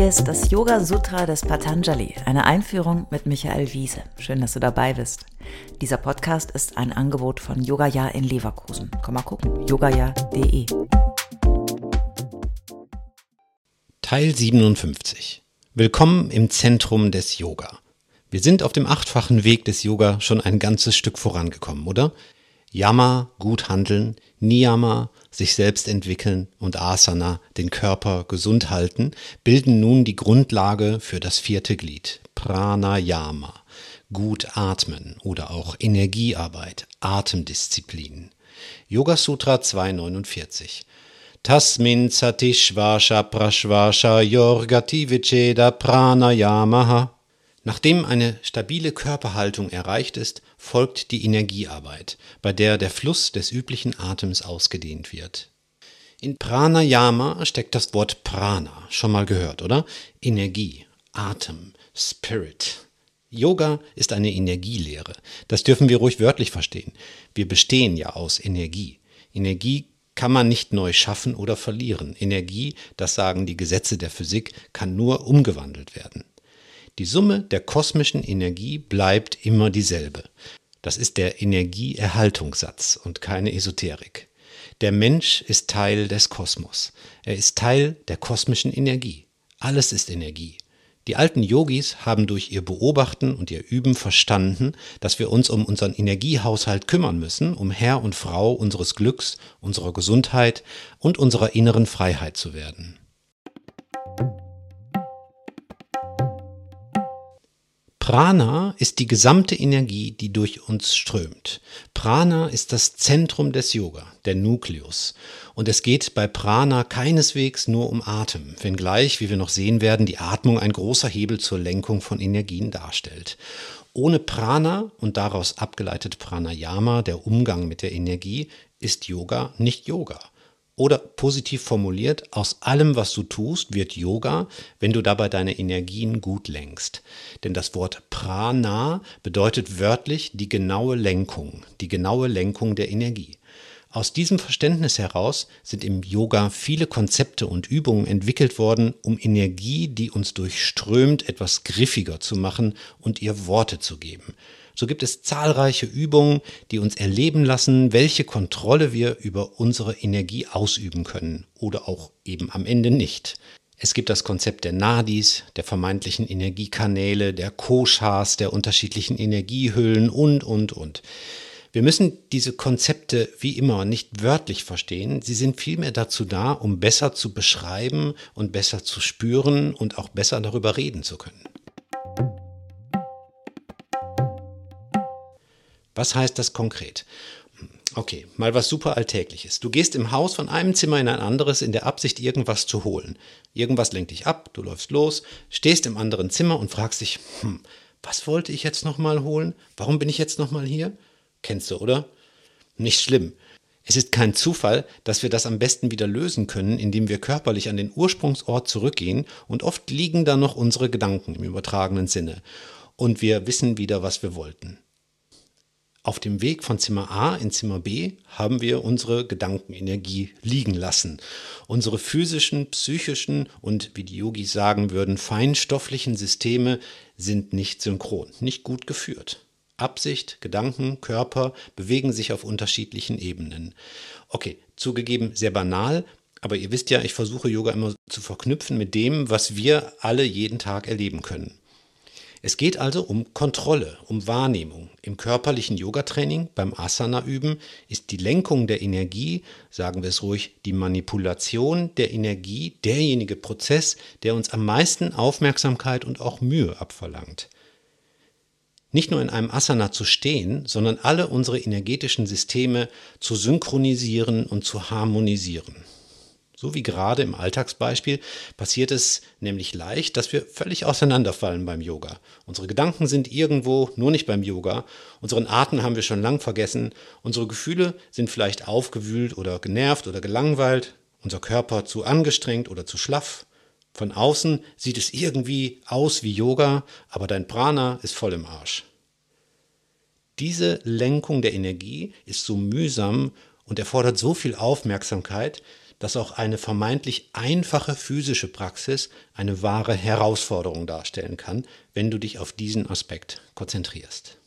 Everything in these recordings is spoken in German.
Hier ist das Yoga Sutra des Patanjali, eine Einführung mit Michael Wiese. Schön, dass du dabei bist. Dieser Podcast ist ein Angebot von Yogaya in Leverkusen. Komm mal gucken, yogaya.de. Teil 57. Willkommen im Zentrum des Yoga. Wir sind auf dem 8-fachen Weg des Yoga schon ein ganzes Stück vorangekommen, oder? Yama, gut handeln, Niyama, sich selbst entwickeln und Asana, den Körper gesund halten, bilden nun die Grundlage für das 4. Glied, Pranayama, gut atmen oder auch Energiearbeit, Atemdisziplin. Yoga Sutra 249. Tasmin sati shvasha prashvasha yorgati vicheda pranayamaha. Nachdem eine stabile Körperhaltung erreicht ist, folgt die Energiearbeit, bei der der Fluss des üblichen Atems ausgedehnt wird. In Pranayama steckt das Wort Prana, schon mal gehört, oder? Energie, Atem, Spirit. Yoga ist eine Energielehre. Das dürfen wir ruhig wörtlich verstehen. Wir bestehen ja aus Energie. Energie kann man nicht neu schaffen oder verlieren. Energie, das sagen die Gesetze der Physik, kann nur umgewandelt werden. Die Summe der kosmischen Energie bleibt immer dieselbe. Das ist der Energieerhaltungssatz und keine Esoterik. Der Mensch ist Teil des Kosmos. Er ist Teil der kosmischen Energie. Alles ist Energie. Die alten Yogis haben durch ihr Beobachten und ihr Üben verstanden, dass wir uns um unseren Energiehaushalt kümmern müssen, um Herr und Frau unseres Glücks, unserer Gesundheit und unserer inneren Freiheit zu werden. Prana ist die gesamte Energie, die durch uns strömt. Prana ist das Zentrum des Yoga, der Nukleus. Und es geht bei Prana keineswegs nur um Atem, wenngleich, wie wir noch sehen werden, die Atmung ein großer Hebel zur Lenkung von Energien darstellt. Ohne Prana und daraus abgeleitet Pranayama, der Umgang mit der Energie, ist Yoga nicht Yoga. Oder positiv formuliert, aus allem, was du tust, wird Yoga, wenn du dabei deine Energien gut lenkst. Denn das Wort Prana bedeutet wörtlich die genaue Lenkung der Energie. Aus diesem Verständnis heraus sind im Yoga viele Konzepte und Übungen entwickelt worden, um Energie, die uns durchströmt, etwas griffiger zu machen und ihr Worte zu geben. So gibt es zahlreiche Übungen, die uns erleben lassen, welche Kontrolle wir über unsere Energie ausüben können oder auch eben am Ende nicht. Es gibt das Konzept der Nadis, der vermeintlichen Energiekanäle, der Koshas, der unterschiedlichen Energiehüllen und. Wir müssen diese Konzepte wie immer nicht wörtlich verstehen, sie sind vielmehr dazu da, um besser zu beschreiben und besser zu spüren und auch besser darüber reden zu können. Was heißt das konkret? Okay, mal was super Alltägliches. Du gehst im Haus von einem Zimmer in ein anderes in der Absicht, irgendwas zu holen. Irgendwas lenkt dich ab, du läufst los, stehst im anderen Zimmer und fragst dich, was wollte ich jetzt nochmal holen? Warum bin ich jetzt nochmal hier? Kennst du, oder? Nicht schlimm. Es ist kein Zufall, dass wir das am besten wieder lösen können, indem wir körperlich an den Ursprungsort zurückgehen und oft liegen da noch unsere Gedanken im übertragenen Sinne. Und wir wissen wieder, was wir wollten. Auf dem Weg von Zimmer A in Zimmer B haben wir unsere Gedankenenergie liegen lassen. Unsere physischen, psychischen und, wie die Yogis sagen würden, feinstofflichen Systeme sind nicht synchron, nicht gut geführt. Absicht, Gedanken, Körper bewegen sich auf unterschiedlichen Ebenen. Okay, zugegeben sehr banal, aber ihr wisst ja, ich versuche Yoga immer zu verknüpfen mit dem, was wir alle jeden Tag erleben können. Es geht also um Kontrolle, um Wahrnehmung. Im körperlichen Yogatraining, beim Asana-Üben, ist die Lenkung der Energie, sagen wir es ruhig, die Manipulation der Energie derjenige Prozess, der uns am meisten Aufmerksamkeit und auch Mühe abverlangt. Nicht nur in einem Asana zu stehen, sondern alle unsere energetischen Systeme zu synchronisieren und zu harmonisieren. So wie gerade im Alltagsbeispiel passiert es nämlich leicht, dass wir völlig auseinanderfallen beim Yoga. Unsere Gedanken sind irgendwo, nur nicht beim Yoga. Unseren Atem haben wir schon lang vergessen. Unsere Gefühle sind vielleicht aufgewühlt oder genervt oder gelangweilt. Unser Körper zu angestrengt oder zu schlaff. Von außen sieht es irgendwie aus wie Yoga, aber dein Prana ist voll im Arsch. Diese Lenkung der Energie ist so mühsam und erfordert so viel Aufmerksamkeit, dass auch eine vermeintlich einfache physische Praxis eine wahre Herausforderung darstellen kann, wenn du dich auf diesen Aspekt konzentrierst.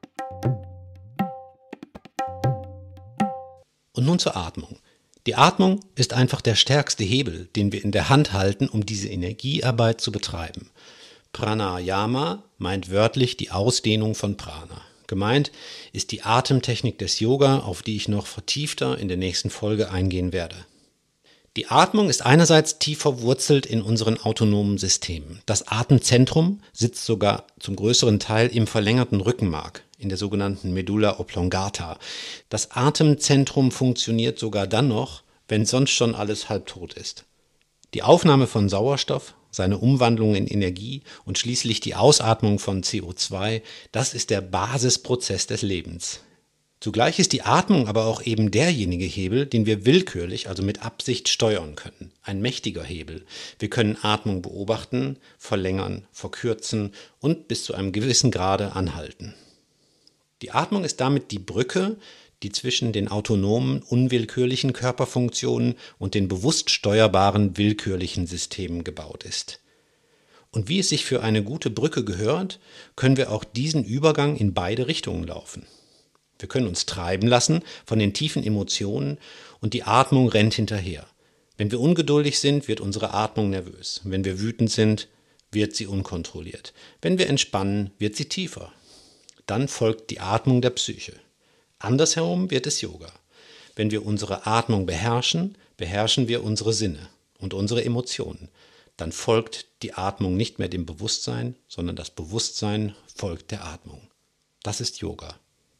Und nun zur Atmung. Die Atmung ist einfach der stärkste Hebel, den wir in der Hand halten, um diese Energiearbeit zu betreiben. Pranayama meint wörtlich die Ausdehnung von Prana. Gemeint ist die Atemtechnik des Yoga, auf die ich noch vertiefter in der nächsten Folge eingehen werde. Die Atmung ist einerseits tief verwurzelt in unseren autonomen Systemen. Das Atemzentrum sitzt sogar zum größeren Teil im verlängerten Rückenmark, in der sogenannten Medulla oblongata. Das Atemzentrum funktioniert sogar dann noch, wenn sonst schon alles halbtot ist. Die Aufnahme von Sauerstoff, seine Umwandlung in Energie und schließlich die Ausatmung von CO2, das ist der Basisprozess des Lebens. Zugleich ist die Atmung aber auch eben derjenige Hebel, den wir willkürlich, also mit Absicht steuern können. Ein mächtiger Hebel. Wir können Atmung beobachten, verlängern, verkürzen und bis zu einem gewissen Grade anhalten. Die Atmung ist damit die Brücke, die zwischen den autonomen, unwillkürlichen Körperfunktionen und den bewusst steuerbaren, willkürlichen Systemen gebaut ist. Und wie es sich für eine gute Brücke gehört, können wir auch diesen Übergang in beide Richtungen laufen. Wir können uns treiben lassen von den tiefen Emotionen und die Atmung rennt hinterher. Wenn wir ungeduldig sind, wird unsere Atmung nervös. Wenn wir wütend sind, wird sie unkontrolliert. Wenn wir entspannen, wird sie tiefer. Dann folgt die Atmung der Psyche. Andersherum wird es Yoga. Wenn wir unsere Atmung beherrschen, beherrschen wir unsere Sinne und unsere Emotionen. Dann folgt die Atmung nicht mehr dem Bewusstsein, sondern das Bewusstsein folgt der Atmung. Das ist Yoga.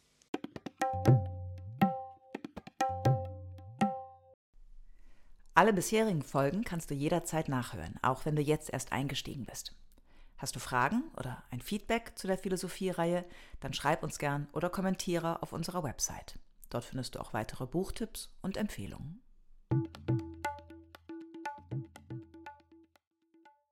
Alle bisherigen Folgen kannst du jederzeit nachhören, auch wenn du jetzt erst eingestiegen bist. Hast du Fragen oder ein Feedback zu der Philosophie-Reihe, dann schreib uns gern oder kommentiere auf unserer Website. Dort findest du auch weitere Buchtipps und Empfehlungen.